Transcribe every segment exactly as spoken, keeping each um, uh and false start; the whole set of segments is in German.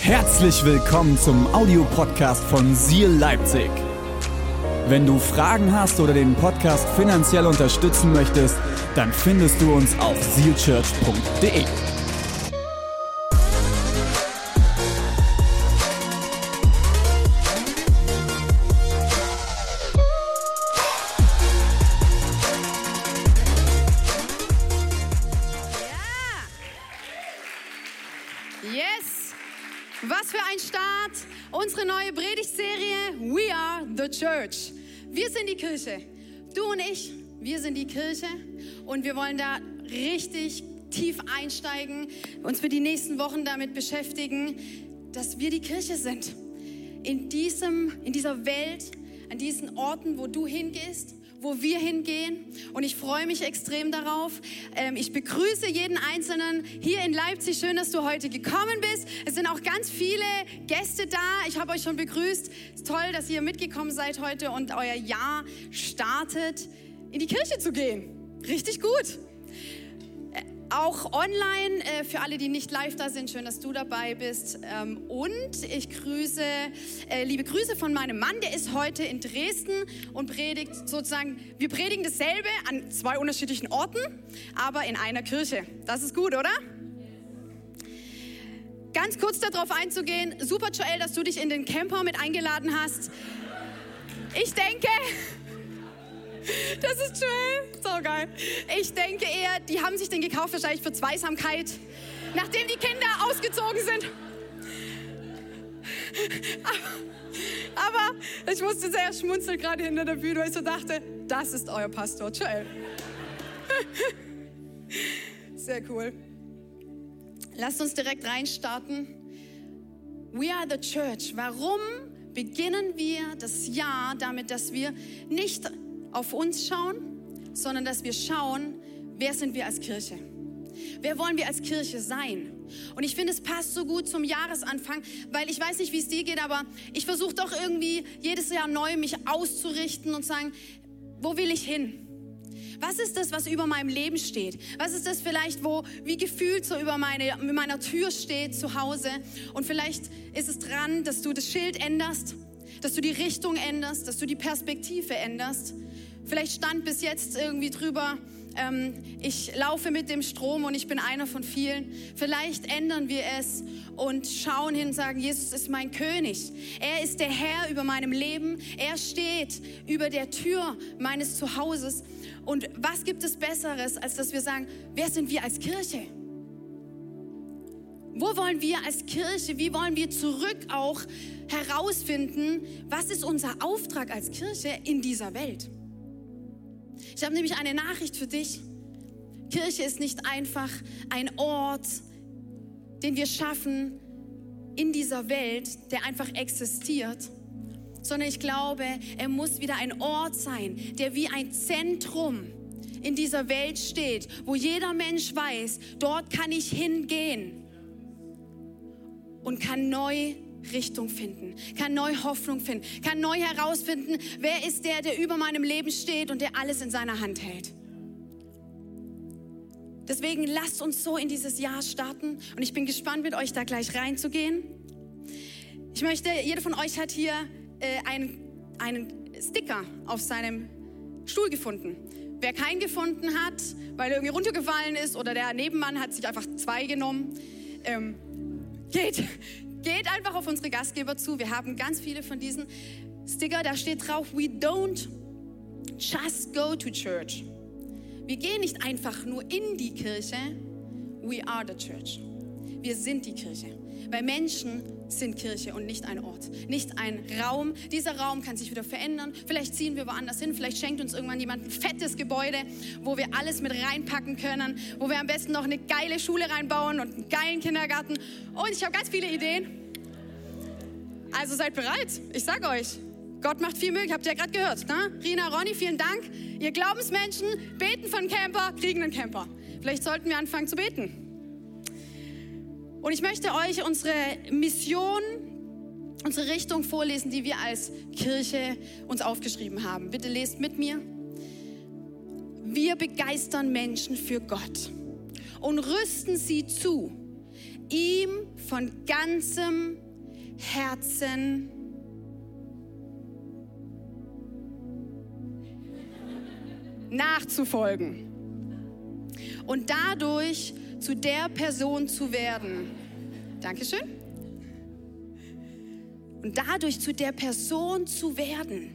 Herzlich willkommen zum Audiopodcast von Seal Leipzig. Wenn du Fragen hast oder den Podcast finanziell unterstützen möchtest, dann findest du uns auf seal church punkt de. Was für ein Start! Unsere neue Predigtserie We Are the Church. Wir sind die Kirche. Du und ich, wir sind die Kirche und wir wollen da richtig tief einsteigen, uns für die nächsten Wochen damit beschäftigen, dass wir die Kirche sind. In diesem, in dieser Welt, an diesen Orten, wo du hingehst, wo wir hingehen, und ich freue mich extrem darauf. Ähm, ich begrüße jeden Einzelnen hier in Leipzig. Schön, dass du heute gekommen bist. Es sind auch ganz viele Gäste da. Ich habe euch schon begrüßt. Es ist toll, dass ihr mitgekommen seid heute und euer Jahr startet, in die Kirche zu gehen. Richtig gut. Auch online, äh, für alle, die nicht live da sind, schön, dass du dabei bist. Ähm, und ich grüße, äh, liebe Grüße von meinem Mann, der ist heute in Dresden und predigt sozusagen, wir predigen dasselbe an zwei unterschiedlichen Orten, aber in einer Kirche. Das ist gut, oder? Ganz kurz darauf einzugehen, super Joel, dass du dich in den Camper mit eingeladen hast. Ich denke... Das ist schön, so geil. Ich denke eher, die haben sich den gekauft wahrscheinlich für Zweisamkeit, nachdem die Kinder ausgezogen sind. Aber, aber ich musste sehr schmunzeln gerade hinter der Bühne, weil ich so dachte, das ist euer Pastor, Joel. Sehr cool. Lasst uns direkt reinstarten. We are the church. Warum beginnen wir das Jahr damit, dass wir nicht auf uns schauen, sondern dass wir schauen, wer sind wir als Kirche? Wer wollen wir als Kirche sein? Und ich finde, es passt so gut zum Jahresanfang, weil ich weiß nicht, wie es dir geht, aber ich versuche doch irgendwie jedes Jahr neu mich auszurichten und sagen, wo will ich hin? Was ist das, was über meinem Leben steht? Was ist das vielleicht, wo wie gefühlt so über meine, meiner Tür steht zu Hause? Und vielleicht ist es dran, dass du das Schild änderst, dass du die Richtung änderst, dass du die Perspektive änderst. Vielleicht stand bis jetzt irgendwie drüber, ähm, ich laufe mit dem Strom und ich bin einer von vielen. Vielleicht ändern wir es und schauen hin und sagen, Jesus ist mein König. Er ist der Herr über meinem Leben. Er steht über der Tür meines Zuhauses. Und was gibt es Besseres, als dass wir sagen, wer sind wir als Kirche? Wo wollen wir als Kirche, wie wollen wir zurück auch herausfinden, was ist unser Auftrag als Kirche in dieser Welt? Ich habe nämlich eine Nachricht für dich. Kirche ist nicht einfach ein Ort, den wir schaffen in dieser Welt, der einfach existiert, sondern ich glaube, er muss wieder ein Ort sein, der wie ein Zentrum in dieser Welt steht, wo jeder Mensch weiß, dort kann ich hingehen und kann neu Richtung finden, kann neu Hoffnung finden, kann neu herausfinden, wer ist der, der über meinem Leben steht und der alles in seiner Hand hält. Deswegen lasst uns so in dieses Jahr starten und ich bin gespannt, mit euch da gleich reinzugehen. Ich möchte, jeder von euch hat hier äh, einen, einen Sticker auf seinem Stuhl gefunden. Wer keinen gefunden hat, weil er irgendwie runtergefallen ist oder der Nebenmann hat sich einfach zwei genommen, ähm, geht... Geht einfach auf unsere Gastgeber zu. Wir haben ganz viele von diesen Sticker. Da steht drauf, we don't just go to church. Wir gehen nicht einfach nur in die Kirche. We are the church. Wir sind die Kirche. Weil Menschen sind Kirche und nicht ein Ort, nicht ein Raum. Dieser Raum kann sich wieder verändern. Vielleicht ziehen wir woanders hin. Vielleicht schenkt uns irgendwann jemand ein fettes Gebäude, wo wir alles mit reinpacken können, wo wir am besten noch eine geile Schule reinbauen und einen geilen Kindergarten. Und ich habe ganz viele Ideen. Also seid bereit. Ich sage euch, Gott macht viel möglich. Habt ihr ja gerade gehört, ne? Rina, Ronny, vielen Dank. Ihr Glaubensmenschen beten von Camper, kriegen einen Camper. Vielleicht sollten wir anfangen zu beten. Und ich möchte euch unsere Mission, unsere Richtung vorlesen, die wir als Kirche uns aufgeschrieben haben. Bitte lest mit mir. Wir begeistern Menschen für Gott und rüsten sie zu, ihm von ganzem Herzen nachzufolgen und dadurch zu der Person zu werden. Dankeschön. Und dadurch zu der Person zu werden,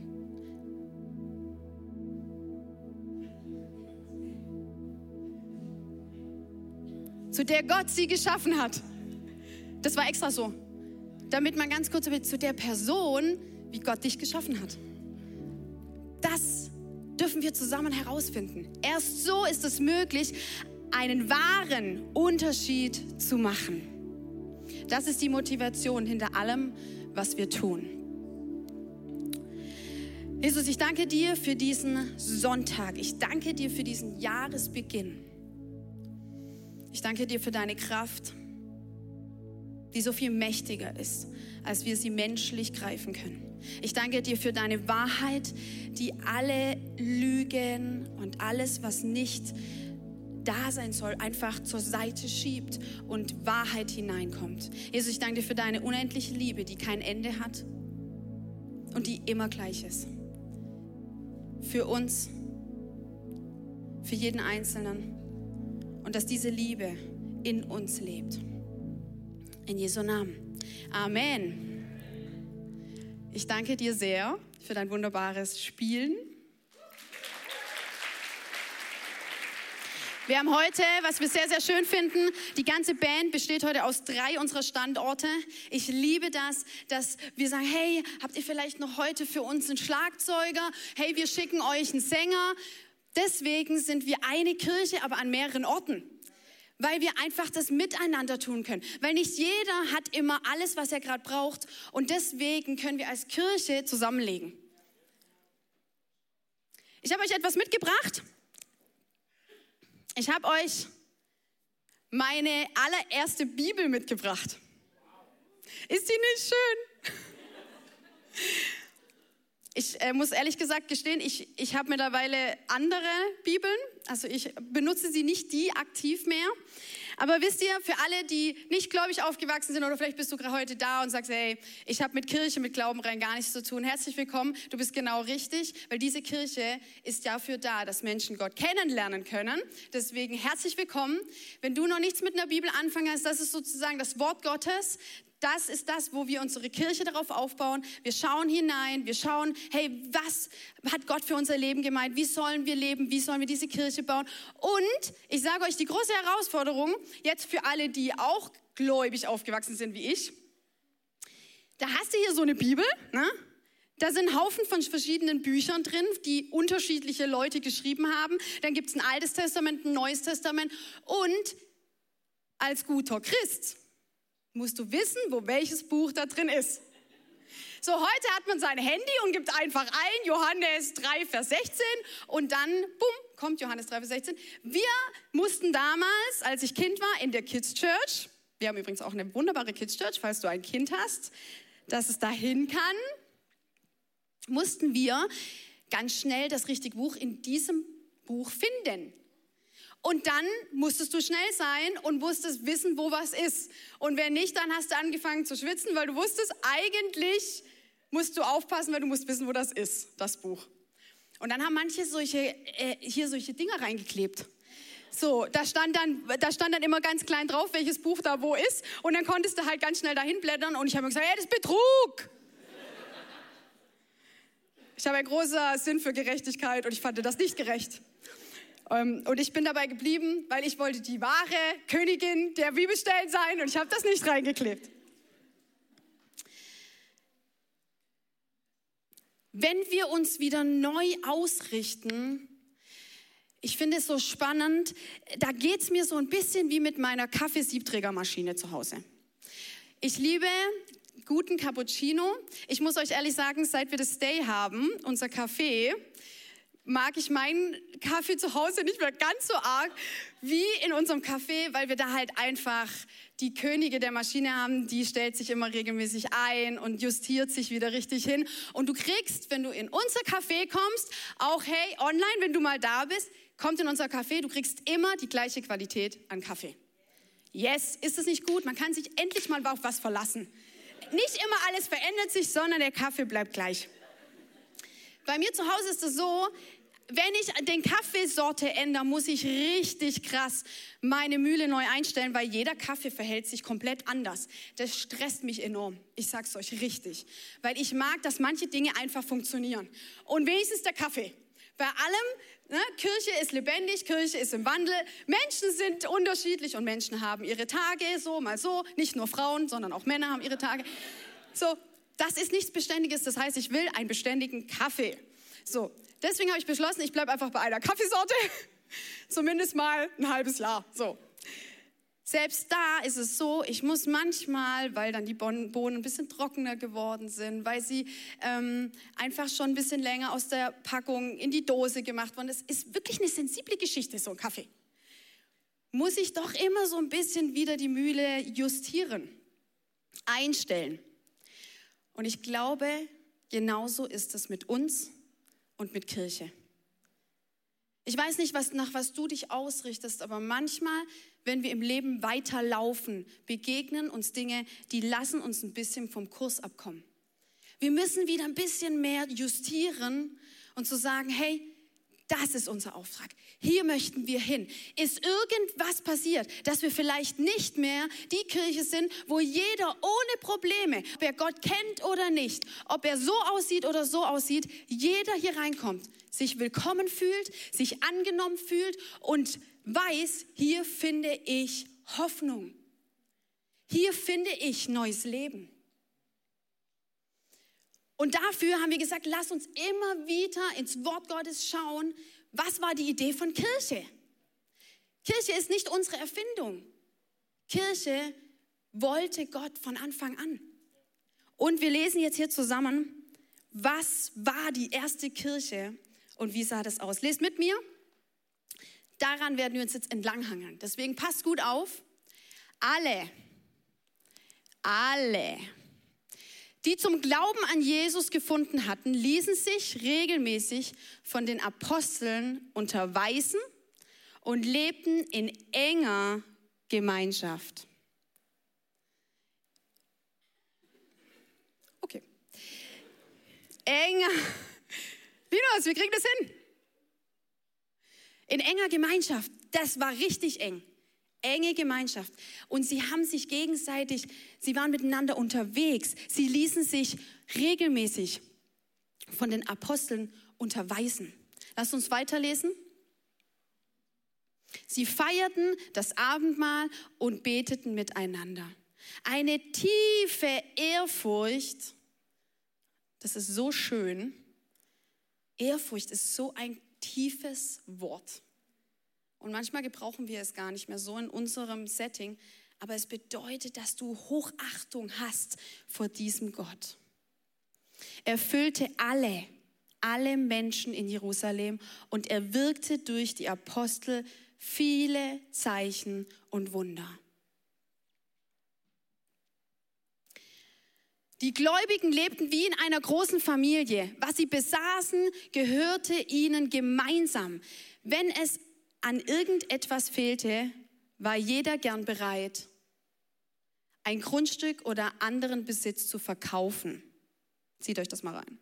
zu der Gott sie geschaffen hat. Das war extra so, damit man ganz kurz zu der Person, wie Gott dich geschaffen hat. Das dürfen wir zusammen herausfinden. Erst so ist es möglich, einen wahren Unterschied zu machen. Das ist die Motivation hinter allem, was wir tun. Jesus, ich danke dir für diesen Sonntag. Ich danke dir für diesen Jahresbeginn. Ich danke dir für deine Kraft, die so viel mächtiger ist, als wir sie menschlich greifen können. Ich danke dir für deine Wahrheit, die alle Lügen und alles, was nicht da sein soll, einfach zur Seite schiebt und Wahrheit hineinkommt. Jesus, ich danke dir für deine unendliche Liebe, die kein Ende hat und die immer gleich ist. Für uns, für jeden Einzelnen. Und dass diese Liebe in uns lebt. In Jesu Namen. Amen. Ich danke dir sehr für dein wunderbares Spielen. Wir haben heute, was wir sehr, sehr schön finden, die ganze Band besteht heute aus drei unserer Standorte. Ich liebe das, dass wir sagen, hey, habt ihr vielleicht noch heute für uns einen Schlagzeuger? Hey, wir schicken euch einen Sänger. Deswegen sind wir eine Kirche, aber an mehreren Orten. Weil wir einfach das miteinander tun können. Weil nicht jeder hat immer alles, was er gerade braucht. Und deswegen können wir als Kirche zusammenlegen. Ich habe euch etwas mitgebracht. Ich habe euch meine allererste Bibel mitgebracht. Ist die nicht schön? Ich äh, muss ehrlich gesagt gestehen, ich, ich habe mittlerweile andere Bibeln. Also ich benutze sie nicht die aktiv mehr. Aber wisst ihr, für alle, die nicht gläubig aufgewachsen sind oder vielleicht bist du gerade heute da und sagst, hey, ich habe mit Kirche, mit Glauben rein gar nichts zu tun. Herzlich willkommen, du bist genau richtig, weil diese Kirche ist dafür da, dass Menschen Gott kennenlernen können. Deswegen herzlich willkommen. Wenn du noch nichts mit einer Bibel anfangen hast, das ist sozusagen das Wort Gottes. Das ist das, wo wir unsere Kirche darauf aufbauen. Wir schauen hinein, wir schauen, hey, was hat Gott für unser Leben gemeint? Wie sollen wir leben? Wie sollen wir diese Kirche bauen? Und ich sage euch, die große Herausforderung, jetzt für alle, die auch gläubig aufgewachsen sind wie ich, da hast du hier so eine Bibel, ne? Da sind ein Haufen von verschiedenen Büchern drin, die unterschiedliche Leute geschrieben haben. Dann gibt es ein Altes Testament, ein Neues Testament. Und als guter Christ musst du wissen, wo welches Buch da drin ist. So, heute hat man sein Handy und gibt einfach ein, Johannes drei, Vers sechzehn und dann, bumm, kommt Johannes drei, Vers sechzehn. Wir mussten damals, als ich Kind war, in der Kids Church, wir haben übrigens auch eine wunderbare Kids Church, falls du ein Kind hast, dass es dahin kann, mussten wir ganz schnell das richtige Buch in diesem Buch finden. Und dann musstest du schnell sein und musstest wissen, wo was ist. Und wenn nicht, dann hast du angefangen zu schwitzen, weil du wusstest, eigentlich musst du aufpassen, weil du musst wissen, wo das ist, das Buch. Und dann haben manche solche, äh, hier solche Dinger reingeklebt. So, da stand, dann, da stand dann immer ganz klein drauf, welches Buch da wo ist. Und dann konntest du halt ganz schnell dahin blättern. Und ich habe mir gesagt, hey, das ist Betrug. Ich habe einen großen Sinn für Gerechtigkeit und ich fand das nicht gerecht. Und ich bin dabei geblieben, weil ich wollte die wahre Königin der Bibelstellen sein und ich habe das nicht reingeklebt. Wenn wir uns wieder neu ausrichten, ich finde es so spannend, da geht es mir so ein bisschen wie mit meiner Kaffeesiebträgermaschine zu Hause. Ich liebe guten Cappuccino. Ich muss euch ehrlich sagen, seit wir das Stay haben, unser Kaffee, mag ich meinen Kaffee zu Hause nicht mehr ganz so arg wie in unserem Café, weil wir da halt einfach die Könige der Maschine haben, die stellt sich immer regelmäßig ein und justiert sich wieder richtig hin. Und du kriegst, wenn du in unser Café kommst, auch hey, online, wenn du mal da bist, kommt in unser Café, du kriegst immer die gleiche Qualität an Kaffee. Yes, ist es nicht gut? Man kann sich endlich mal auf was verlassen. Nicht immer alles verändert sich, sondern der Kaffee bleibt gleich. Bei mir zu Hause ist es so, wenn ich den Kaffeesorte ändere, muss ich richtig krass meine Mühle neu einstellen, weil jeder Kaffee verhält sich komplett anders. Das stresst mich enorm. Ich sag's euch richtig. Weil ich mag, dass manche Dinge einfach funktionieren. Und wenigstens der Kaffee. Bei allem, ne, Kirche ist lebendig, Kirche ist im Wandel. Menschen sind unterschiedlich und Menschen haben ihre Tage, so mal so. Nicht nur Frauen, sondern auch Männer haben ihre Tage. So, das ist nichts Beständiges. Das heißt, ich will einen beständigen Kaffee. So, deswegen habe ich beschlossen, ich bleibe einfach bei einer Kaffeesorte. Zumindest mal ein halbes Jahr. So. Selbst da ist es so, ich muss manchmal, weil dann die Bohnen ein bisschen trockener geworden sind, weil sie ähm, einfach schon ein bisschen länger aus der Packung in die Dose gemacht wurden. Das ist wirklich eine sensible Geschichte, so ein Kaffee. Muss ich doch immer so ein bisschen wieder die Mühle justieren, einstellen. Und ich glaube, genauso ist es mit uns und mit Kirche. Ich weiß nicht, was, nach was du dich ausrichtest, aber manchmal, wenn wir im Leben weiterlaufen, begegnen uns Dinge, die lassen uns ein bisschen vom Kurs abkommen. Wir müssen wieder ein bisschen mehr justieren und zu sagen, hey, das ist unser Auftrag. Hier möchten wir hin. Ist irgendwas passiert, dass wir vielleicht nicht mehr die Kirche sind, wo jeder ohne Probleme, ob er Gott kennt oder nicht, ob er so aussieht oder so aussieht, jeder hier reinkommt, sich willkommen fühlt, sich angenommen fühlt und weiß, hier finde ich Hoffnung. Hier finde ich neues Leben. Und dafür haben wir gesagt, lass uns immer wieder ins Wort Gottes schauen, was war die Idee von Kirche? Kirche ist nicht unsere Erfindung. Kirche wollte Gott von Anfang an. Und wir lesen jetzt hier zusammen, was war die erste Kirche und wie sah das aus? Lest mit mir. Daran werden wir uns jetzt entlanghangeln. Deswegen passt gut auf. Alle, alle, die zum Glauben an Jesus gefunden hatten, ließen sich regelmäßig von den Aposteln unterweisen und lebten in enger Gemeinschaft. Okay. Enger. Linus, wir kriegen das hin. In enger Gemeinschaft. Das war richtig eng. Enge Gemeinschaft. Und sie haben sich gegenseitig, sie waren miteinander unterwegs. Sie ließen sich regelmäßig von den Aposteln unterweisen. Lasst uns weiterlesen. Sie feierten das Abendmahl und beteten miteinander. Eine tiefe Ehrfurcht, das ist so schön. Ehrfurcht ist so ein tiefes Wort. Und manchmal gebrauchen wir es gar nicht mehr so in unserem Setting, aber es bedeutet, dass du Hochachtung hast vor diesem Gott. Er füllte alle, alle Menschen in Jerusalem und er wirkte durch die Apostel viele Zeichen und Wunder. Die Gläubigen lebten wie in einer großen Familie. Was sie besaßen, gehörte ihnen gemeinsam. Wenn es an irgendetwas fehlte, war jeder gern bereit, ein Grundstück oder anderen Besitz zu verkaufen. Zieht euch das mal rein.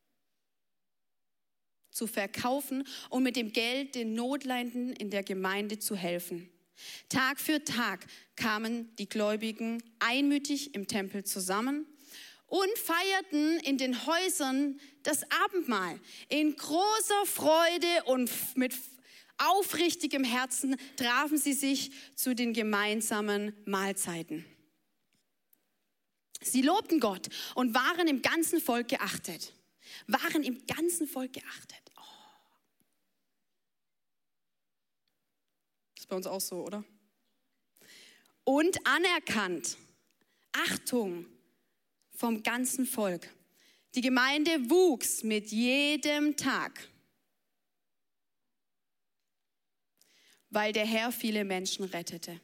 Zu verkaufen und mit dem Geld den Notleidenden in der Gemeinde zu helfen. Tag für Tag kamen die Gläubigen einmütig im Tempel zusammen und feierten in den Häusern das Abendmahl in großer Freude und mit aufrichtigem Herzen trafen sie sich zu den gemeinsamen Mahlzeiten. Sie lobten Gott und waren im ganzen Volk geachtet. Waren im ganzen Volk geachtet. Oh. Das ist bei uns auch so, oder? Und anerkannt. Achtung vom ganzen Volk. Die Gemeinde wuchs mit jedem Tag, weil der Herr viele Menschen rettete.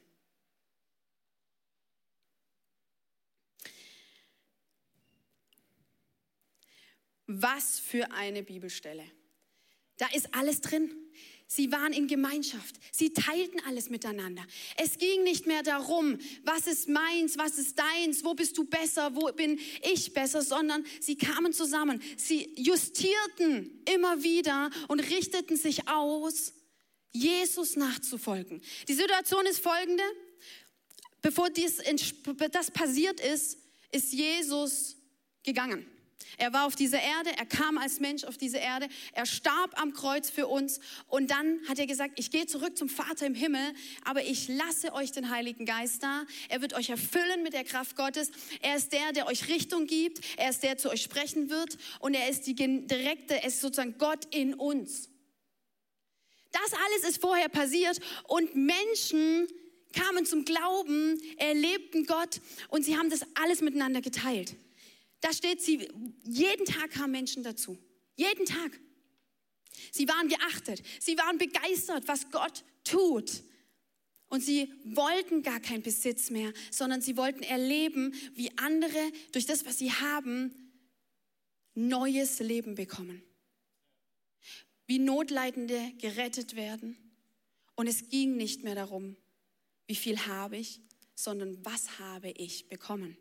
Was für eine Bibelstelle. Da ist alles drin. Sie waren in Gemeinschaft. Sie teilten alles miteinander. Es ging nicht mehr darum, was ist meins, was ist deins, wo bist du besser, wo bin ich besser, sondern sie kamen zusammen. Sie justierten immer wieder und richteten sich aus, Jesus nachzufolgen. Die Situation ist folgende. Bevor dies, das passiert ist, ist Jesus gegangen. Er war auf dieser Erde, er kam als Mensch auf diese Erde, er starb am Kreuz für uns und dann hat er gesagt, ich gehe zurück zum Vater im Himmel, aber ich lasse euch den Heiligen Geist da. Er wird euch erfüllen mit der Kraft Gottes. Er ist der, der euch Richtung gibt, er ist der, der zu euch sprechen wird und er ist die direkte, er ist sozusagen Gott in uns. Das alles ist vorher passiert und Menschen kamen zum Glauben, erlebten Gott und sie haben das alles miteinander geteilt. Da steht sie, jeden Tag kamen Menschen dazu. Jeden Tag. Sie waren geachtet. Sie waren begeistert, was Gott tut. Und sie wollten gar keinen Besitz mehr, sondern sie wollten erleben, wie andere durch das, was sie haben, neues Leben bekommen. Wie Notleidende gerettet werden. Und es ging nicht mehr darum, wie viel habe ich, sondern was habe ich bekommen.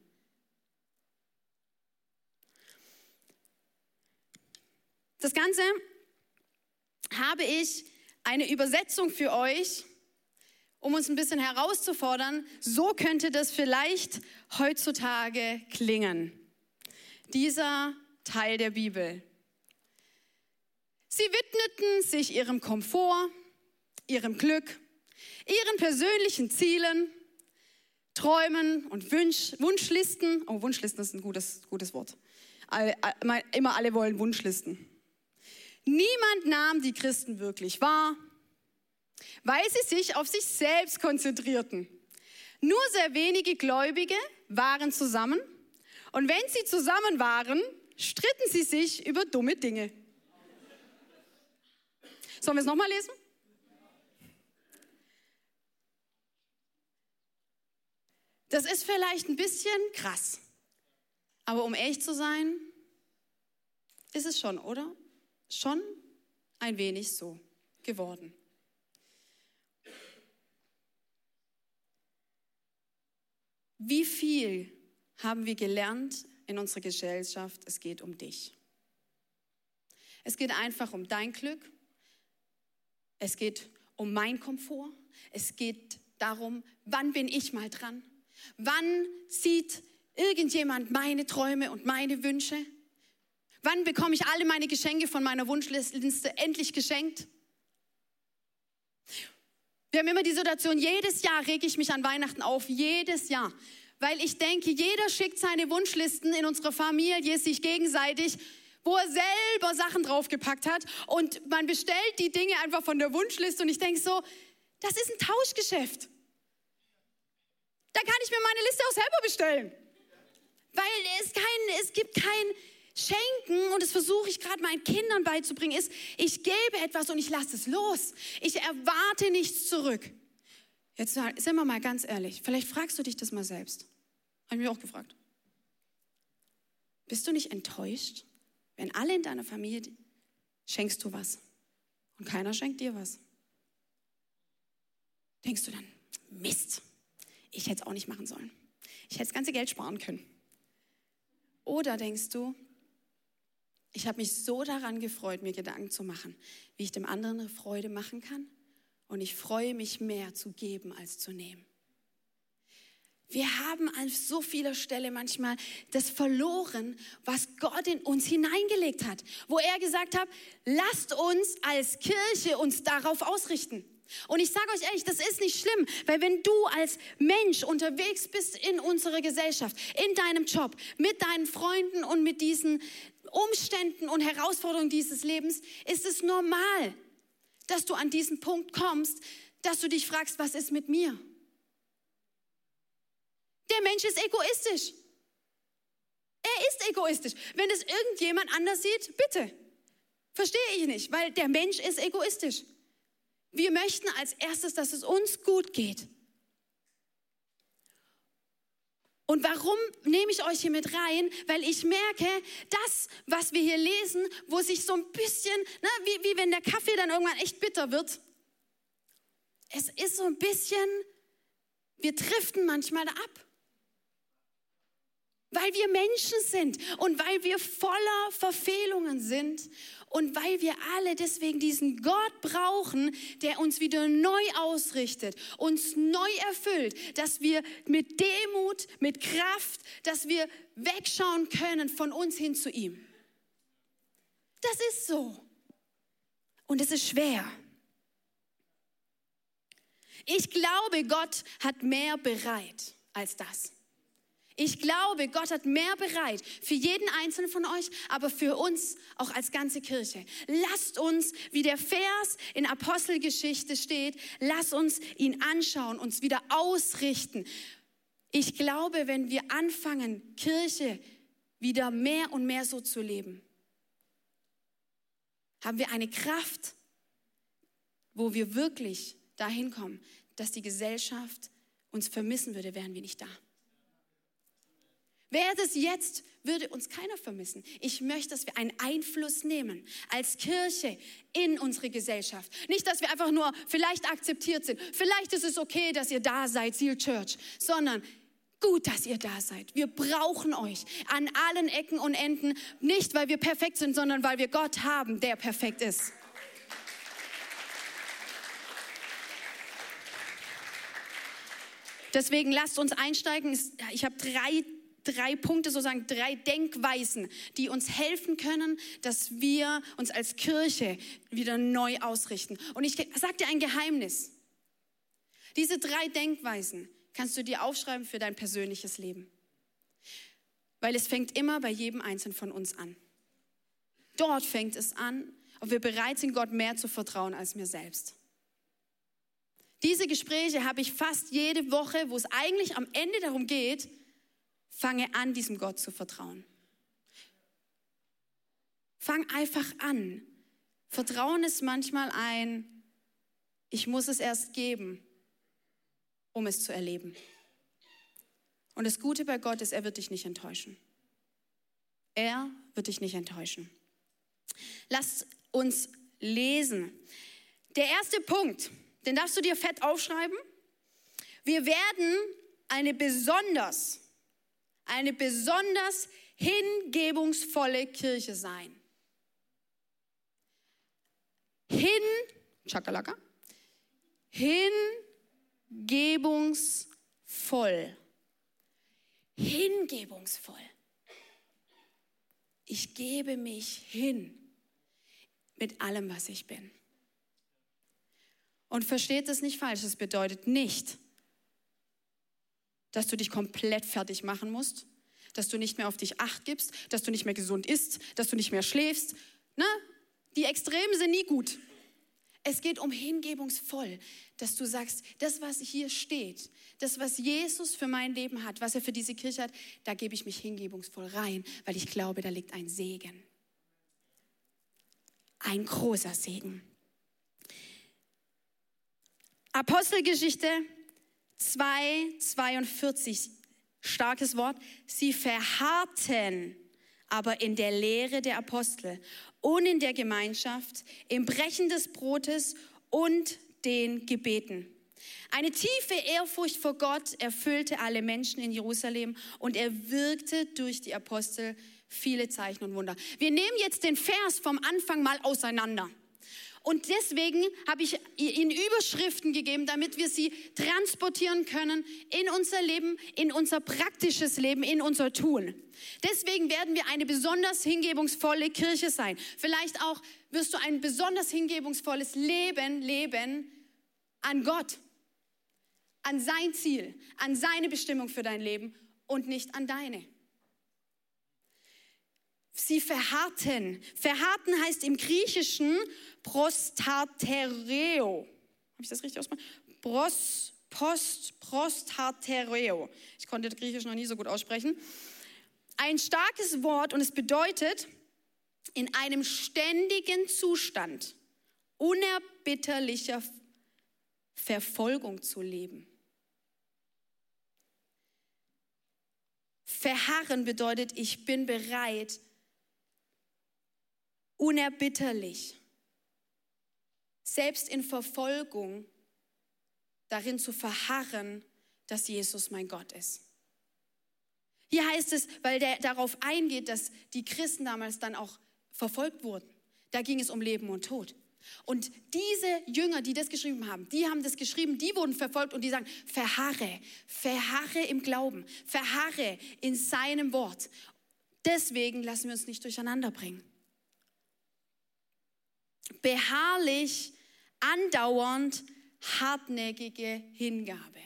Das Ganze habe ich eine Übersetzung für euch, um uns ein bisschen herauszufordern. So könnte das vielleicht heutzutage klingen. Dieser Teil der Bibel. Sie widmeten sich ihrem Komfort, ihrem Glück, ihren persönlichen Zielen, Träumen und Wunsch, Wunschlisten. Oh, Wunschlisten ist ein gutes, gutes Wort. Alle, immer alle wollen Wunschlisten. Niemand nahm die Christen wirklich wahr, weil sie sich auf sich selbst konzentrierten. Nur sehr wenige Gläubige waren zusammen und wenn sie zusammen waren, stritten sie sich über dumme Dinge. Sollen wir es nochmal lesen? Das ist vielleicht ein bisschen krass, aber um ehrlich zu sein, ist es schon, oder? Schon ein wenig so geworden. Wie viel haben wir gelernt in unserer Gesellschaft, es geht um dich. Es geht einfach um dein Glück. Es geht um mein Komfort. Es geht darum, wann bin ich mal dran? Wann sieht irgendjemand meine Träume und meine Wünsche? Wann bekomme ich alle meine Geschenke von meiner Wunschliste endlich geschenkt? Wir haben immer die Situation, jedes Jahr rege ich mich an Weihnachten auf, jedes Jahr. Weil ich denke, jeder schickt seine Wunschlisten in unserer Familie sich gegenseitig, wo er selber Sachen draufgepackt hat. Und man bestellt die Dinge einfach von der Wunschliste und ich denke so, das ist ein Tauschgeschäft. Da kann ich mir meine Liste auch selber bestellen. Weil es, kein, es gibt kein Schenken, und das versuche ich gerade meinen Kindern beizubringen, ist, ich gebe etwas und ich lasse es los. Ich erwarte nichts zurück. Jetzt sind wir mal ganz ehrlich, vielleicht fragst du dich das mal selbst. Habe ich mich auch gefragt. Bist du nicht enttäuscht, wenn alle in deiner Familie schenkst du was und keiner schenkt dir was? Denkst du dann, Mist, ich hätte es auch nicht machen sollen. Ich hätte das ganze Geld sparen können. Oder denkst du, ich habe mich so daran gefreut, mir Gedanken zu machen, wie ich dem anderen eine Freude machen kann. Und ich freue mich mehr zu geben als zu nehmen. Wir haben an so vieler Stelle manchmal das verloren, was Gott in uns hineingelegt hat. Wo er gesagt hat, lasst uns als Kirche uns darauf ausrichten. Und ich sage euch ehrlich, das ist nicht schlimm, weil wenn du als Mensch unterwegs bist in unserer Gesellschaft, in deinem Job, mit deinen Freunden und mit diesen Umständen und Herausforderungen dieses Lebens, ist es normal, dass du an diesen Punkt kommst, dass du dich fragst, was ist mit mir? Der Mensch ist egoistisch. Er ist egoistisch. Wenn es irgendjemand anders sieht, bitte. Verstehe ich nicht, weil der Mensch ist egoistisch. Wir möchten als erstes, dass es uns gut geht. Und warum nehme ich euch hier mit rein? Weil ich merke, das, was wir hier lesen, wo sich so ein bisschen, ne, wie, wie wenn der Kaffee dann irgendwann echt bitter wird. Es ist so ein bisschen, wir driften manchmal da ab. Weil wir Menschen sind und weil wir voller Verfehlungen sind und weil wir alle deswegen diesen Gott brauchen, der uns wieder neu ausrichtet, uns neu erfüllt, dass wir mit Demut, mit Kraft, dass wir wegschauen können von uns hin zu ihm. Das ist so. Und es ist schwer. Ich glaube, Gott hat mehr bereit als das. Ich glaube, Gott hat mehr bereit für jeden Einzelnen von euch, aber für uns auch als ganze Kirche. Lasst uns, wie der Vers in Apostelgeschichte steht, lasst uns ihn anschauen, uns wieder ausrichten. Ich glaube, wenn wir anfangen, Kirche wieder mehr und mehr so zu leben, haben wir eine Kraft, wo wir wirklich dahin kommen, dass die Gesellschaft uns vermissen würde, wären wir nicht da. Wäre das jetzt, würde uns keiner vermissen. Ich möchte, dass wir einen Einfluss nehmen als Kirche in unsere Gesellschaft. Nicht, dass wir einfach nur vielleicht akzeptiert sind. Vielleicht ist es okay, dass ihr da seid, Seal Church, sondern gut, dass ihr da seid. Wir brauchen euch an allen Ecken und Enden. Nicht, weil wir perfekt sind, sondern weil wir Gott haben, der perfekt ist. Deswegen lasst uns einsteigen. Ich habe drei Drei Punkte, sozusagen drei Denkweisen, die uns helfen können, dass wir uns als Kirche wieder neu ausrichten. Und ich sage dir ein Geheimnis. Diese drei Denkweisen kannst du dir aufschreiben für dein persönliches Leben. Weil es fängt immer bei jedem Einzelnen von uns an. Dort fängt es an, ob wir bereit sind, Gott mehr zu vertrauen als mir selbst. Diese Gespräche habe ich fast jede Woche, wo es eigentlich am Ende darum geht, fange an, diesem Gott zu vertrauen. Fang einfach an. Vertrauen ist manchmal ein, ich muss es erst geben, um es zu erleben. Und das Gute bei Gott ist, er wird dich nicht enttäuschen. Er wird dich nicht enttäuschen. Lasst uns lesen. Der erste Punkt, den darfst du dir fett aufschreiben. Wir werden eine besonders Eine besonders hingebungsvolle Kirche sein. Hin, Chakalaka, hingebungsvoll. Hingebungsvoll. Ich gebe mich hin mit allem, was ich bin. Und versteht das nicht falsch, das bedeutet nicht, dass du dich komplett fertig machen musst, dass du nicht mehr auf dich Acht gibst, dass du nicht mehr gesund isst, dass du nicht mehr schläfst. Ne? Die Extremen sind nie gut. Es geht um hingebungsvoll, dass du sagst, das, was hier steht, das, was Jesus für mein Leben hat, was er für diese Kirche hat, da gebe ich mich hingebungsvoll rein, weil ich glaube, da liegt ein Segen. Ein großer Segen. Apostelgeschichte zwei, zweiundvierzig, starkes Wort. Sie verharrten aber in der Lehre der Apostel und in der Gemeinschaft, im Brechen des Brotes und den Gebeten. Eine tiefe Ehrfurcht vor Gott erfüllte alle Menschen in Jerusalem und er wirkte durch die Apostel viele Zeichen und Wunder. Wir nehmen jetzt den Vers vom Anfang mal auseinander. Und deswegen habe ich ihnen Überschriften gegeben, damit wir sie transportieren können in unser Leben, in unser praktisches Leben, in unser Tun. Deswegen werden wir eine besonders hingebungsvolle Kirche sein. Vielleicht auch wirst du ein besonders hingebungsvolles Leben leben an Gott, an sein Ziel, an seine Bestimmung für dein Leben und nicht an deine. Sie verharrten. Verharrten heißt im Griechischen prostatereo. Habe ich das richtig ausgesprochen? Pros, post, prostatereo. Ich konnte das Griechisch noch nie so gut aussprechen. Ein starkes Wort und es bedeutet, in einem ständigen Zustand unerbitterlicher Verfolgung zu leben. Verharren bedeutet, ich bin bereit, unerbitterlich, selbst in Verfolgung, darin zu verharren, dass Jesus mein Gott ist. Hier heißt es, weil der darauf eingeht, dass die Christen damals dann auch verfolgt wurden. Da ging es um Leben und Tod. Und diese Jünger, die das geschrieben haben, die haben das geschrieben, die wurden verfolgt und die sagen, verharre, verharre im Glauben, verharre in seinem Wort. Deswegen lassen wir uns nicht durcheinander bringen. Beharrlich, andauernd, hartnäckige Hingabe.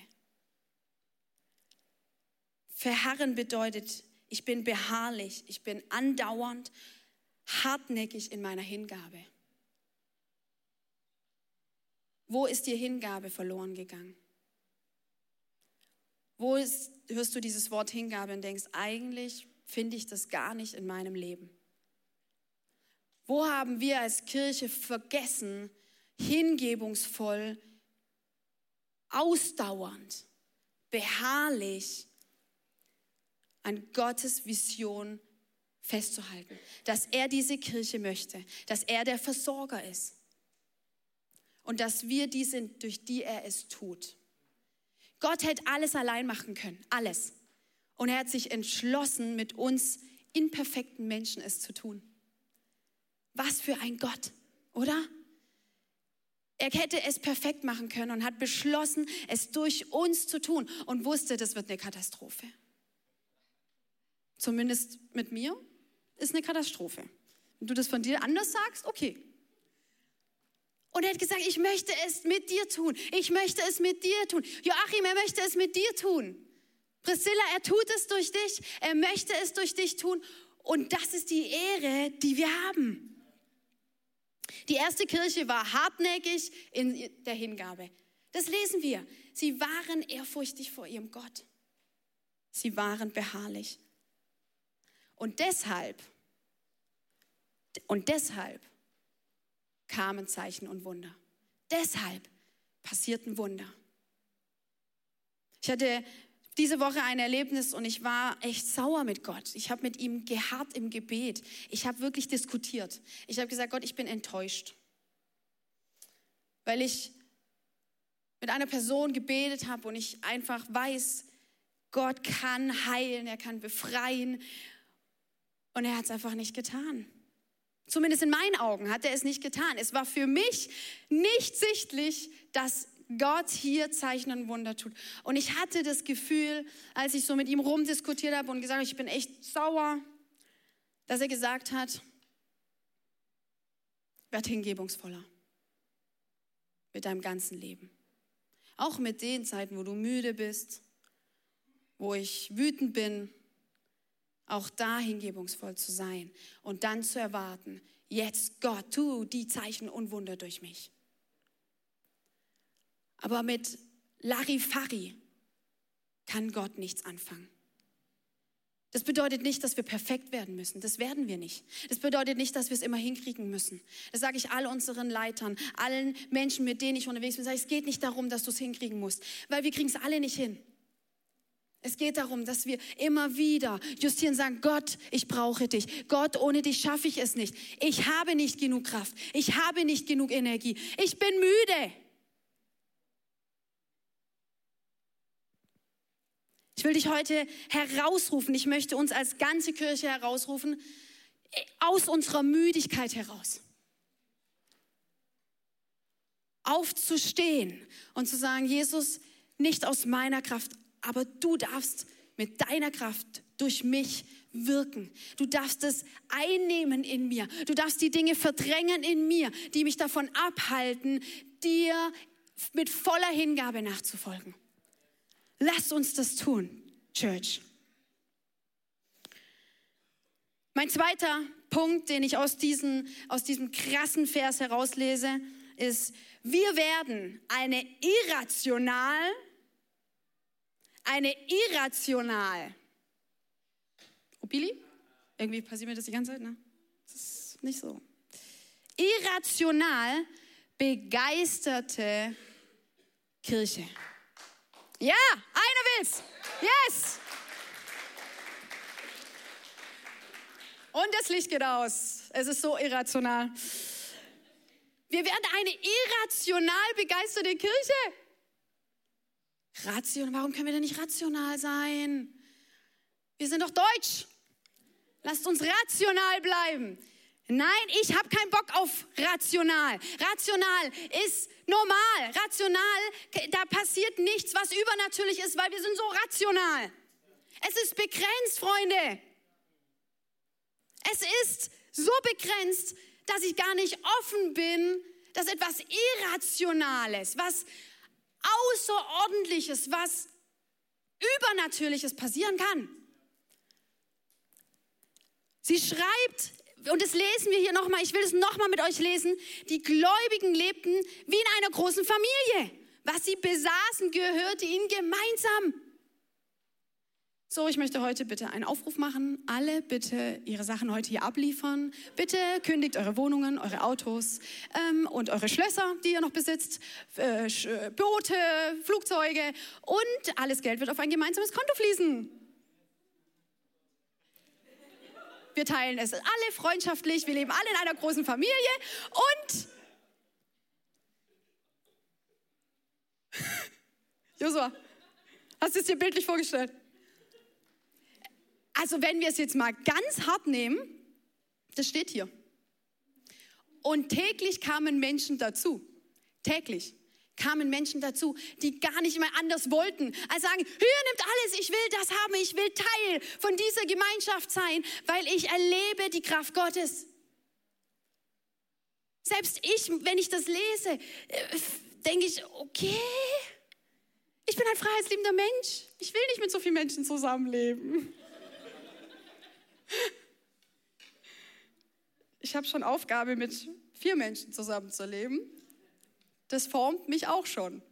Verharren bedeutet, ich bin beharrlich, ich bin andauernd, hartnäckig in meiner Hingabe. Wo ist dir Hingabe verloren gegangen? Wo ist, hörst du dieses Wort Hingabe und denkst, eigentlich finde ich das gar nicht in meinem Leben? Wo haben wir als Kirche vergessen, hingebungsvoll, ausdauernd, beharrlich an Gottes Vision festzuhalten, dass er diese Kirche möchte, dass er der Versorger ist und dass wir die sind, durch die er es tut. Gott hätte alles allein machen können, alles. Und er hat sich entschlossen, mit uns imperfekten Menschen es zu tun. Was für ein Gott, oder? Er hätte es perfekt machen können und hat beschlossen, es durch uns zu tun und wusste, das wird eine Katastrophe. Zumindest mit mir ist eine Katastrophe. Wenn du das von dir anders sagst, okay. Und er hat gesagt, ich möchte es mit dir tun. Ich möchte es mit dir tun. Joachim, er möchte es mit dir tun. Priscilla, er tut es durch dich. Er möchte es durch dich tun. Und das ist die Ehre, die wir haben. Die erste Kirche war hartnäckig in der Hingabe. Das lesen wir. Sie waren ehrfurchtig vor ihrem Gott. Sie waren beharrlich. Und deshalb, und deshalb kamen Zeichen und Wunder. Deshalb passierten Wunder. Ich hatte diese Woche ein Erlebnis und ich war echt sauer mit Gott. Ich habe mit ihm geharrt im Gebet. Ich habe wirklich diskutiert. Ich habe gesagt, Gott, ich bin enttäuscht. Weil ich mit einer Person gebetet habe und ich einfach weiß, Gott kann heilen, er kann befreien. Und er hat es einfach nicht getan. Zumindest in meinen Augen hat er es nicht getan. Es war für mich nicht sichtlich, dass Gott hier Zeichen und Wunder tut. Und ich hatte das Gefühl, als ich so mit ihm rumdiskutiert habe und gesagt habe, ich bin echt sauer, dass er gesagt hat, werd hingebungsvoller mit deinem ganzen Leben. Auch mit den Zeiten, wo du müde bist, wo ich wütend bin, auch da hingebungsvoll zu sein und dann zu erwarten, jetzt Gott, tu die Zeichen und Wunder durch mich. Aber mit Larifari kann Gott nichts anfangen. Das bedeutet nicht, dass wir perfekt werden müssen. Das werden wir nicht. Das bedeutet nicht, dass wir es immer hinkriegen müssen. Das sage ich all unseren Leitern, allen Menschen, mit denen ich unterwegs bin. Sage ich, es geht nicht darum, dass du es hinkriegen musst, weil wir kriegen es alle nicht hin. Es geht darum, dass wir immer wieder justieren und sagen, Gott, ich brauche dich. Gott, ohne dich schaffe ich es nicht. Ich habe nicht genug Kraft. Ich habe nicht genug Energie. Ich bin müde. Ich will dich heute herausrufen. Ich möchte uns als ganze Kirche herausrufen, aus unserer Müdigkeit heraus. Aufzustehen und zu sagen, Jesus, nicht aus meiner Kraft, aber du darfst mit deiner Kraft durch mich wirken. Du darfst es einnehmen in mir. Du darfst die Dinge verdrängen in mir, die mich davon abhalten, dir mit voller Hingabe nachzufolgen. Lasst uns das tun, Church. Mein zweiter Punkt, den ich aus, diesen, aus diesem krassen Vers herauslese, ist, wir werden eine irrational, eine irrational, oh Billy, irgendwie passiert mir das die ganze Zeit, ne? Das ist nicht so. Irrational begeisterte Kirche. Ja, einer will's. Yes. Und das Licht geht aus. Es ist so irrational. Wir werden eine irrational begeisterte Kirche. Rational, warum können wir denn nicht rational sein? Wir sind doch deutsch. Lasst uns rational bleiben. Nein, ich habe keinen Bock auf rational. Rational ist normal. Rational, da passiert nichts, was übernatürlich ist, weil wir sind so rational. Es ist begrenzt, Freunde. Es ist so begrenzt, dass ich gar nicht offen bin, dass etwas Irrationales, was Außerordentliches, was Übernatürliches passieren kann. Sie schreibt, und das lesen wir hier nochmal, ich will es nochmal mit euch lesen, die Gläubigen lebten wie in einer großen Familie. Was sie besaßen, gehörte ihnen gemeinsam. So, ich möchte heute bitte einen Aufruf machen. Alle bitte ihre Sachen heute hier abliefern. Bitte kündigt eure Wohnungen, eure Autos ähm, und eure Schlösser, die ihr noch besitzt, äh, Boote, Flugzeuge und alles Geld wird auf ein gemeinsames Konto fließen. Wir teilen es alle freundschaftlich, wir leben alle in einer großen Familie und Joshua, hast du es dir bildlich vorgestellt? Also wenn wir es jetzt mal ganz hart nehmen, das steht hier. Und täglich kamen Menschen dazu, täglich kamen Menschen dazu, die gar nicht mehr anders wollten, als sagen, hier nimmt alles, ich will das haben, ich will Teil von dieser Gemeinschaft sein, weil ich erlebe die Kraft Gottes. Selbst ich, wenn ich das lese, denke ich, okay, ich bin ein freiheitsliebender Mensch, ich will nicht mit so vielen Menschen zusammenleben. Ich habe schon Aufgabe, mit vier Menschen zusammenzuleben. Das formt mich auch schon.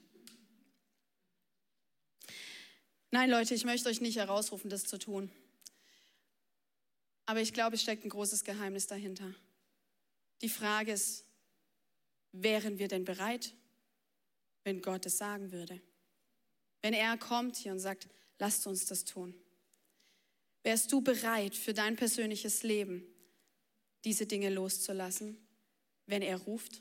Nein, Leute, ich möchte euch nicht herausrufen, das zu tun. Aber ich glaube, es steckt ein großes Geheimnis dahinter. Die Frage ist, wären wir denn bereit, wenn Gott es sagen würde? Wenn er kommt hier und sagt, lasst uns das tun. Wärst du bereit, für dein persönliches Leben diese Dinge loszulassen, wenn er ruft?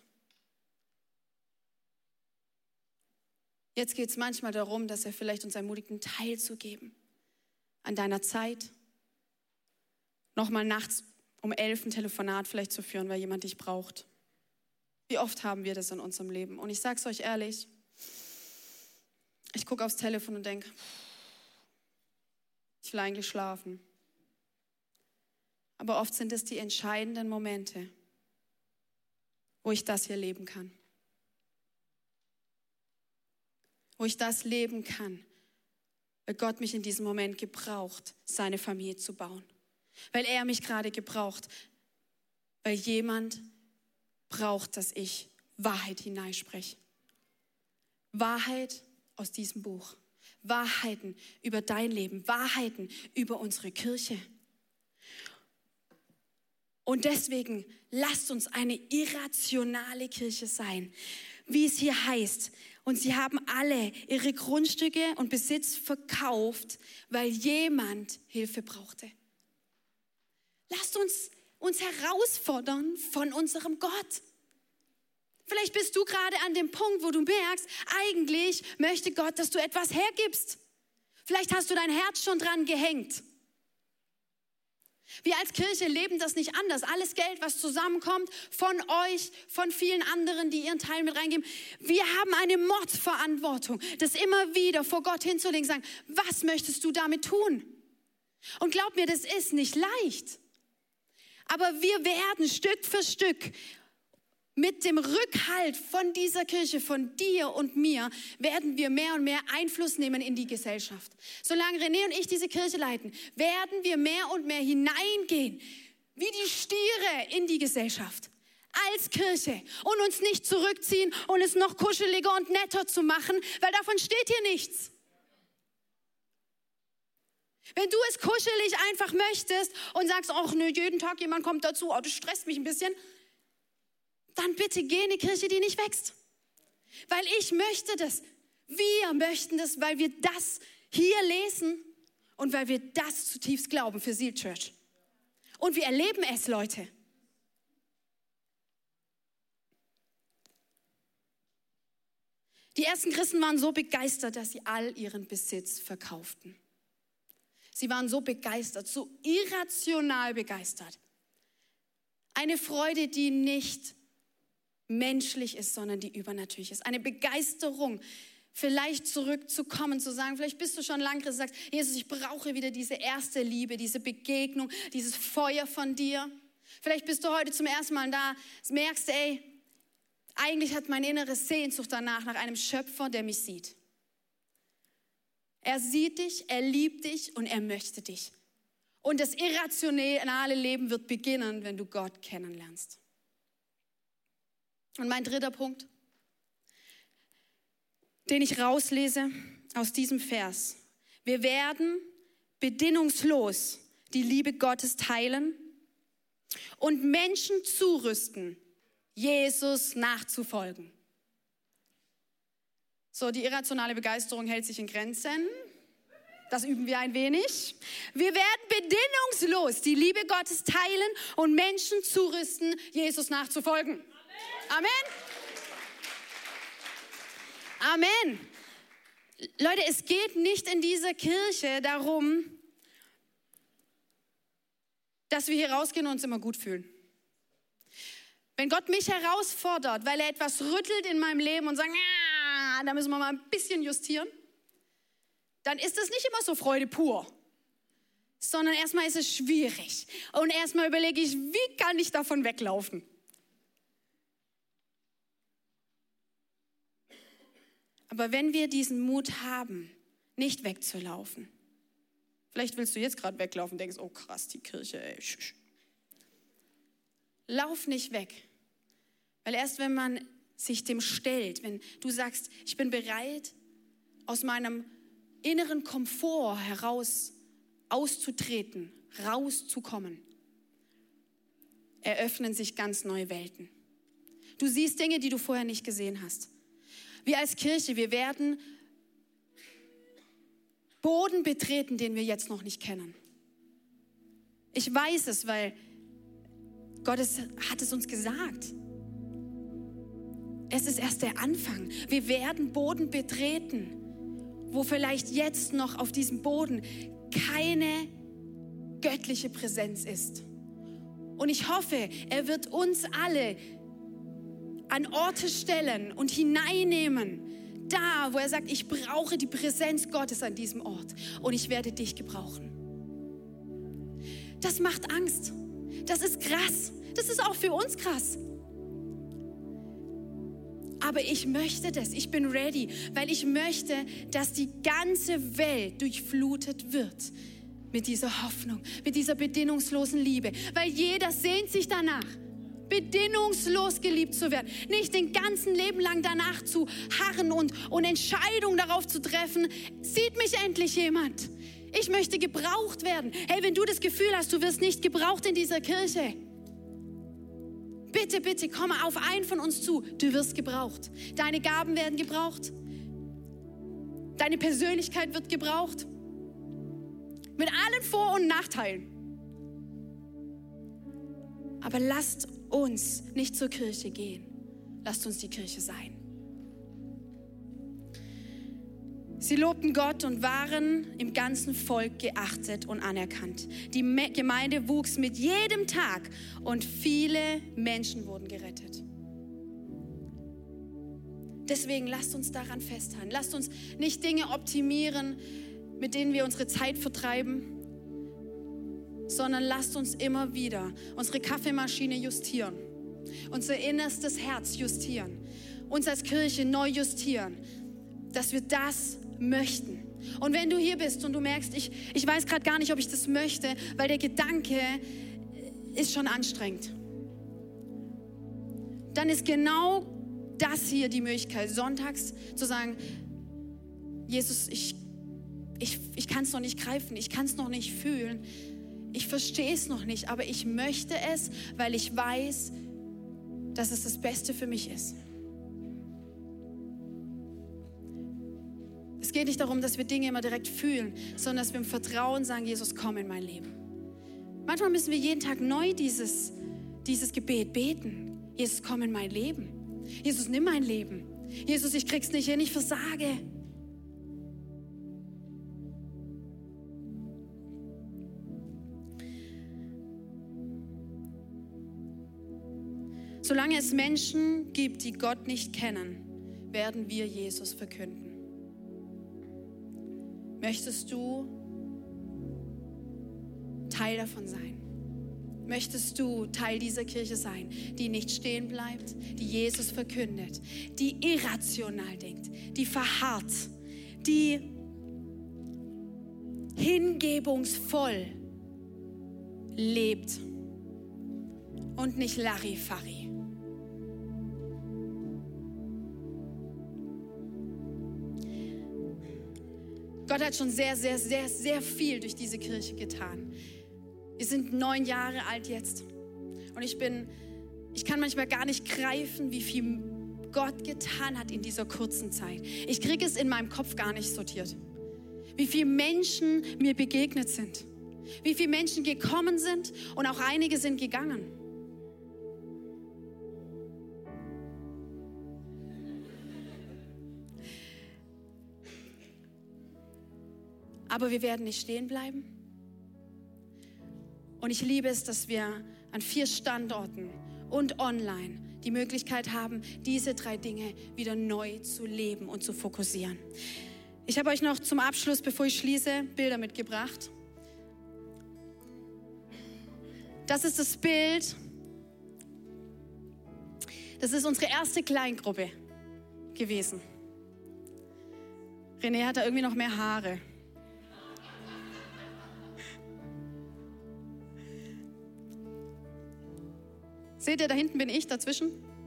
Jetzt geht es manchmal darum, dass er vielleicht uns ermutigt, einen Teil zu geben an deiner Zeit. Nochmal nachts um elf ein Telefonat vielleicht zu führen, weil jemand dich braucht. Wie oft haben wir das in unserem Leben? Und ich sage es euch ehrlich, ich gucke aufs Telefon und denke, ich will eigentlich schlafen. Aber oft sind es die entscheidenden Momente, wo ich das hier leben kann. Wo ich das leben kann, weil Gott mich in diesem Moment gebraucht, seine Familie zu bauen. Weil er mich gerade gebraucht, weil jemand braucht, dass ich Wahrheit hineinspreche. Wahrheit aus diesem Buch. Wahrheiten über dein Leben, Wahrheiten über unsere Kirche. Und deswegen lasst uns eine irrationale Kirche sein, wie es hier heißt. Und sie haben alle ihre Grundstücke und Besitz verkauft, weil jemand Hilfe brauchte. Lasst uns uns herausfordern von unserem Gott. Vielleicht bist du gerade an dem Punkt, wo du merkst, eigentlich möchte Gott, dass du etwas hergibst. Vielleicht hast du dein Herz schon dran gehängt. Wir als Kirche leben das nicht anders. Alles Geld, was zusammenkommt von euch, von vielen anderen, die ihren Teil mit reingeben. Wir haben eine Mordsverantwortung, das immer wieder vor Gott hinzulegen, sagen, was möchtest du damit tun? Und glaub mir, das ist nicht leicht. Aber wir werden Stück für Stück mit dem Rückhalt von dieser Kirche, von dir und mir, werden wir mehr und mehr Einfluss nehmen in die Gesellschaft. Solange René und ich diese Kirche leiten, werden wir mehr und mehr hineingehen, wie die Stiere in die Gesellschaft, als Kirche und uns nicht zurückziehen und es noch kuscheliger und netter zu machen, weil davon steht hier nichts. Wenn du es kuschelig einfach möchtest und sagst, ach nö, jeden Tag jemand kommt dazu, oh, das stresst mich ein bisschen, dann bitte geh in eine Kirche, die nicht wächst. Weil ich möchte das. Wir möchten das, weil wir das hier lesen und weil wir das zutiefst glauben für Seal Church. Und wir erleben es, Leute. Die ersten Christen waren so begeistert, dass sie all ihren Besitz verkauften. Sie waren so begeistert, so irrational begeistert. Eine Freude, die nicht menschlich ist, sondern die übernatürlich ist. Eine Begeisterung, vielleicht zurückzukommen, zu sagen, vielleicht bist du schon lang Christ, sagst, Jesus, ich brauche wieder diese erste Liebe, diese Begegnung, dieses Feuer von dir. Vielleicht bist du heute zum ersten Mal da, merkst, ey, eigentlich hat meine innere Sehnsucht danach, nach einem Schöpfer, der mich sieht. Er sieht dich, er liebt dich und er möchte dich. Und das irrationale Leben wird beginnen, wenn du Gott kennenlernst. Und mein dritter Punkt, den ich rauslese aus diesem Vers. Wir werden bedingungslos die Liebe Gottes teilen und Menschen zurüsten, Jesus nachzufolgen. So, die irrationale Begeisterung hält sich in Grenzen. Das üben wir ein wenig. Wir werden bedingungslos die Liebe Gottes teilen und Menschen zurüsten, Jesus nachzufolgen. Amen. Amen. Amen. Leute, es geht nicht in dieser Kirche darum, dass wir hier rausgehen und uns immer gut fühlen. Wenn Gott mich herausfordert, weil er etwas rüttelt in meinem Leben und sagt, ah, da müssen wir mal ein bisschen justieren, dann ist es nicht immer so Freude pur, sondern erstmal ist es schwierig. Und erstmal überlege ich, wie kann ich davon weglaufen? Aber wenn wir diesen Mut haben, nicht wegzulaufen, vielleicht willst du jetzt gerade weglaufen und denkst, oh krass, die Kirche, ey. Lauf nicht weg, weil erst wenn man sich dem stellt, wenn du sagst, ich bin bereit, aus meinem inneren Komfort heraus auszutreten, rauszukommen, eröffnen sich ganz neue Welten. Du siehst Dinge, die du vorher nicht gesehen hast. Wir als Kirche, wir werden Boden betreten, den wir jetzt noch nicht kennen. Ich weiß es, weil Gott es, hat es uns gesagt. Es ist erst der Anfang. Wir werden Boden betreten, wo vielleicht jetzt noch auf diesem Boden keine göttliche Präsenz ist. Und ich hoffe, er wird uns alle an Orte stellen und hineinnehmen, da, wo er sagt, ich brauche die Präsenz Gottes an diesem Ort und ich werde dich gebrauchen. Das macht Angst. Das ist krass. Das ist auch für uns krass. Aber ich möchte das. Ich bin ready, weil ich möchte, dass die ganze Welt durchflutet wird mit dieser Hoffnung, mit dieser bedingungslosen Liebe. Weil jeder sehnt sich danach, bedingungslos geliebt zu werden. Nicht den ganzen Leben lang danach zu harren und, und Entscheidungen darauf zu treffen. Sieht mich endlich jemand? Ich möchte gebraucht werden. Hey, wenn du das Gefühl hast, du wirst nicht gebraucht in dieser Kirche, bitte, bitte, komm auf einen von uns zu. Du wirst gebraucht. Deine Gaben werden gebraucht. Deine Persönlichkeit wird gebraucht. Mit allen Vor- und Nachteilen. Aber lasst uns nicht zur Kirche gehen. Lasst uns die Kirche sein. Sie lobten Gott und waren im ganzen Volk geachtet und anerkannt. Die Gemeinde wuchs mit jedem Tag und viele Menschen wurden gerettet. Deswegen lasst uns daran festhalten. Lasst uns nicht Dinge optimieren, mit denen wir unsere Zeit vertreiben, sondern lasst uns immer wieder unsere Kaffeemaschine justieren, unser innerstes Herz justieren, uns als Kirche neu justieren, dass wir das möchten. Und wenn du hier bist und du merkst, ich, ich weiß gerade gar nicht, ob ich das möchte, weil der Gedanke ist schon anstrengend, dann ist genau das hier die Möglichkeit, sonntags zu sagen, Jesus, ich, ich, ich kann es noch nicht greifen, ich kann es noch nicht fühlen, ich verstehe es noch nicht, aber ich möchte es, weil ich weiß, dass es das Beste für mich ist. Es geht nicht darum, dass wir Dinge immer direkt fühlen, sondern dass wir im Vertrauen sagen, Jesus, komm in mein Leben. Manchmal müssen wir jeden Tag neu dieses, dieses Gebet beten. Jesus, komm in mein Leben. Jesus, nimm mein Leben. Jesus, ich krieg's nicht hin, ich versage. Solange es Menschen gibt, die Gott nicht kennen, werden wir Jesus verkünden. Möchtest du Teil davon sein? Möchtest du Teil dieser Kirche sein, die nicht stehen bleibt, die Jesus verkündet, die irrational denkt, die verharrt, die hingebungsvoll lebt und nicht Larifari? Gott hat schon sehr, sehr, sehr, sehr viel durch diese Kirche getan. Wir sind neun Jahre alt jetzt. Und ich bin, ich kann manchmal gar nicht greifen, wie viel Gott getan hat in dieser kurzen Zeit. Ich kriege es in meinem Kopf gar nicht sortiert. Wie viele Menschen mir begegnet sind. Wie viele Menschen gekommen sind und auch einige sind gegangen. Aber wir werden nicht stehen bleiben. Und ich liebe es, dass wir an vier Standorten und online die Möglichkeit haben, diese drei Dinge wieder neu zu leben und zu fokussieren. Ich habe euch noch zum Abschluss, bevor ich schließe, Bilder mitgebracht. Das ist das Bild. Das ist unsere erste Kleingruppe gewesen. René hat da irgendwie noch mehr Haare. Seht ihr, da hinten bin ich, dazwischen.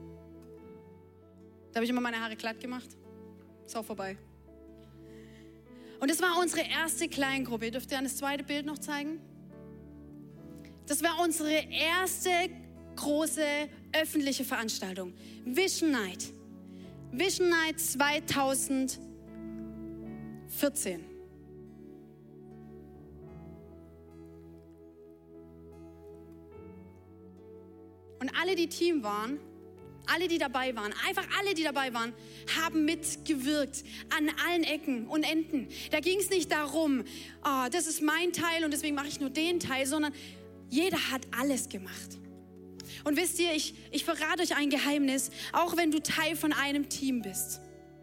Da habe ich immer meine Haare glatt gemacht. Ist auch vorbei. Und das war unsere erste Kleingruppe. Dürft ihr das zweite Bild noch zeigen? Das war unsere erste große öffentliche Veranstaltung. Vision Night. Vision Night zweitausendvierzehn. Und alle, die Team waren, alle, die dabei waren, einfach alle, die dabei waren, haben mitgewirkt an allen Ecken und Enden. Da ging es nicht darum, oh, das ist mein Teil und deswegen mache ich nur den Teil, sondern jeder hat alles gemacht. Und wisst ihr, ich, ich verrate euch ein Geheimnis, auch wenn du Teil von einem Team bist.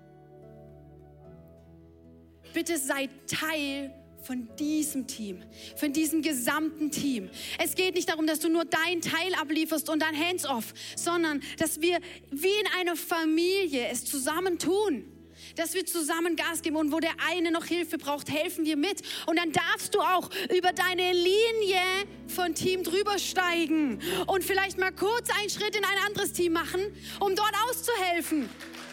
Bitte sei Teil von diesem Team, von diesem gesamten Team. Es geht nicht darum, dass du nur dein Teil ablieferst und dann hands off, sondern dass wir wie in einer Familie es zusammen tun. Dass wir zusammen Gas geben und wo der eine noch Hilfe braucht, helfen wir mit. Und dann darfst du auch über deine Linie von Team drüber steigen und vielleicht mal kurz einen Schritt in ein anderes Team machen, um dort auszuhelfen.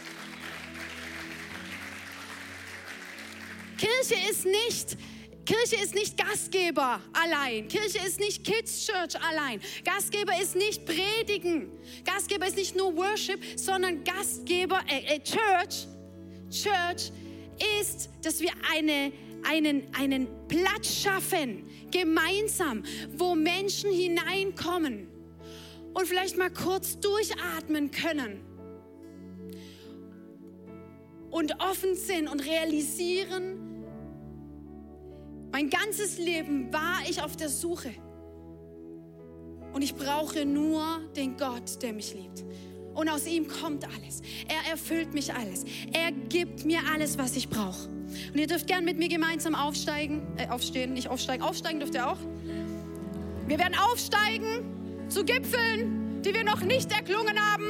Kirche ist nicht Kirche ist nicht Gastgeber allein. Kirche ist nicht Kids Church allein. Gastgeber ist nicht Predigen. Gastgeber ist nicht nur Worship, sondern Gastgeber, äh, äh, Church, Church ist, dass wir eine, einen, einen Platz schaffen, gemeinsam, wo Menschen hineinkommen und vielleicht mal kurz durchatmen können und offen sind und realisieren, mein ganzes Leben war ich auf der Suche. Und ich brauche nur den Gott, der mich liebt. Und aus ihm kommt alles. Er erfüllt mich alles. Er gibt mir alles, was ich brauche. Und ihr dürft gern mit mir gemeinsam aufsteigen. Äh, aufstehen, nicht aufsteigen. Aufsteigen dürft ihr auch. Wir werden aufsteigen zu Gipfeln, die wir noch nicht erklungen haben.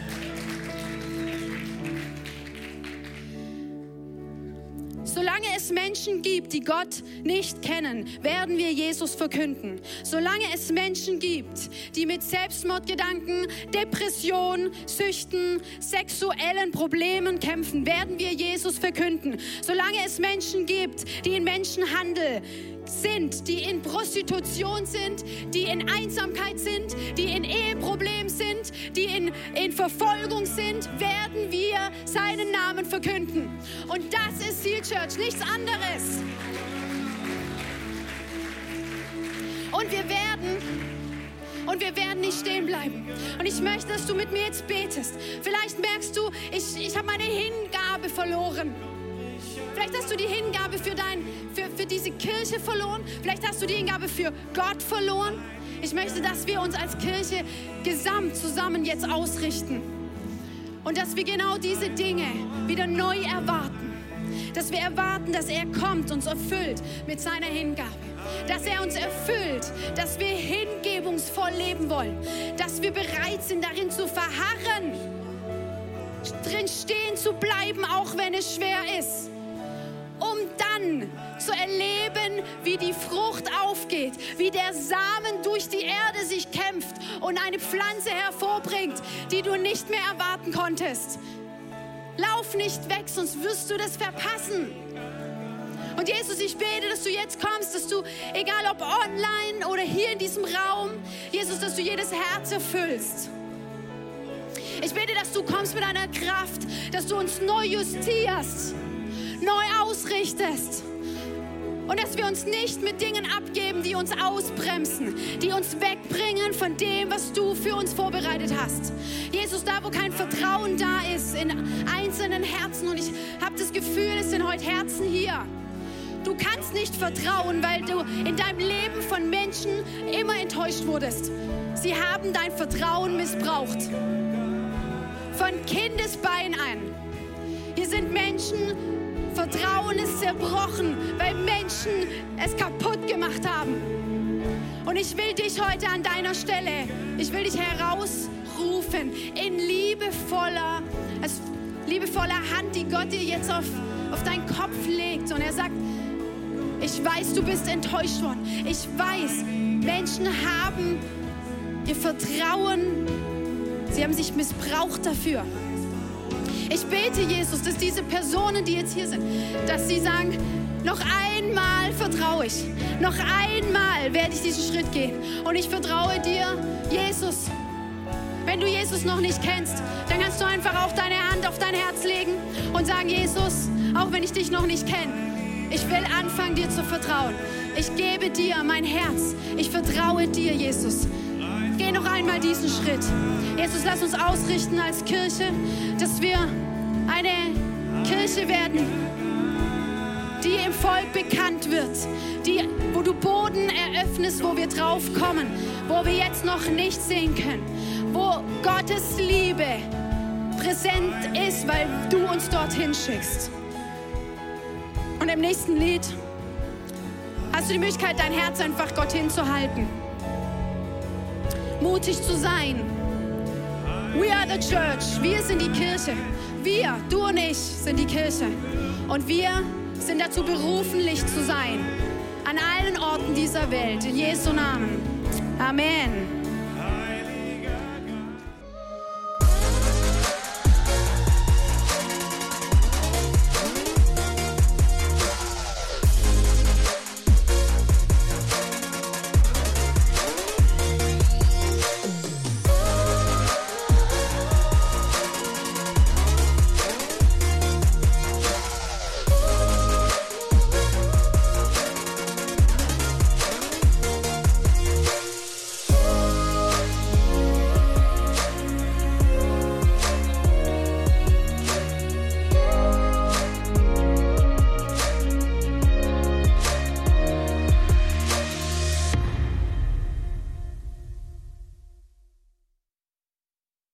Solange es Menschen gibt, die Gott nicht kennen, werden wir Jesus verkünden. Solange es Menschen gibt, die mit Selbstmordgedanken, Depressionen, Süchten, sexuellen Problemen kämpfen, werden wir Jesus verkünden. Solange es Menschen gibt, die in Menschenhandel sind, die in Prostitution sind, die in Einsamkeit sind, die in Eheproblemen sind, die in, in Verfolgung sind, werden wir seinen Namen verkünden. Und das ist Seal Church, nichts anderes. Und wir werden, und wir werden nicht stehen bleiben. Und ich möchte, dass du mit mir jetzt betest. Vielleicht merkst du, ich, ich habe meine Hingabe verloren. Vielleicht hast du die Hingabe für, dein, für, für diese Kirche verloren. Vielleicht hast du die Hingabe für Gott verloren. Ich möchte, dass wir uns als Kirche gesamt zusammen jetzt ausrichten. Und dass wir genau diese Dinge wieder neu erwarten. Dass wir erwarten, dass er kommt, uns erfüllt mit seiner Hingabe. Dass er uns erfüllt, dass wir hingebungsvoll leben wollen. Dass wir bereit sind, darin zu verharren. Drin stehen zu bleiben, auch wenn es schwer ist. Um dann zu erleben, wie die Frucht aufgeht, wie der Samen durch die Erde sich kämpft und eine Pflanze hervorbringt, die du nicht mehr erwarten konntest. Lauf nicht weg, sonst wirst du das verpassen. Und Jesus, ich bete, dass du jetzt kommst, dass du, egal ob online oder hier in diesem Raum, Jesus, dass du jedes Herz erfüllst. Ich bete, dass du kommst mit deiner Kraft, dass du uns neu justierst, neu ausrichtest und dass wir uns nicht mit Dingen abgeben, die uns ausbremsen, die uns wegbringen von dem, was du für uns vorbereitet hast. Jesus, da wo kein Vertrauen da ist in einzelnen Herzen, und ich habe das Gefühl, es sind heute Herzen hier. Du kannst nicht vertrauen, weil du in deinem Leben von Menschen immer enttäuscht wurdest. Sie haben dein Vertrauen missbraucht. Von Kindesbein an. Hier sind Menschen, Vertrauen ist zerbrochen, weil Menschen es kaputt gemacht haben. Und ich will dich heute an deiner Stelle, ich will dich herausrufen in liebevoller, also liebevoller Hand, die Gott dir jetzt auf, auf deinen Kopf legt. Und er sagt, ich weiß, du bist enttäuscht worden. Ich weiß, Menschen haben ihr Vertrauen, sie haben sich missbraucht dafür. Ich bete, Jesus, dass diese Personen, die jetzt hier sind, dass sie sagen, noch einmal vertraue ich. Noch einmal werde ich diesen Schritt gehen. Und ich vertraue dir, Jesus. Wenn du Jesus noch nicht kennst, dann kannst du einfach auch deine Hand auf dein Herz legen und sagen, Jesus, auch wenn ich dich noch nicht kenne, ich will anfangen, dir zu vertrauen. Ich gebe dir mein Herz. Ich vertraue dir, Jesus. Geh noch einmal diesen Schritt. Jesus, lass uns ausrichten als Kirche, dass wir eine Kirche werden, die im Volk bekannt wird, die, wo du Boden eröffnest, wo wir drauf kommen, wo wir jetzt noch nicht sehen können, wo Gottes Liebe präsent ist, weil du uns dorthin schickst. Und im nächsten Lied hast du die Möglichkeit, dein Herz einfach Gott hinzuhalten. Mutig zu sein. We are the church. Wir sind die Kirche. Wir, du und ich, sind die Kirche. Und wir sind dazu berufen, Licht zu sein. An allen Orten dieser Welt. In Jesu Namen. Amen.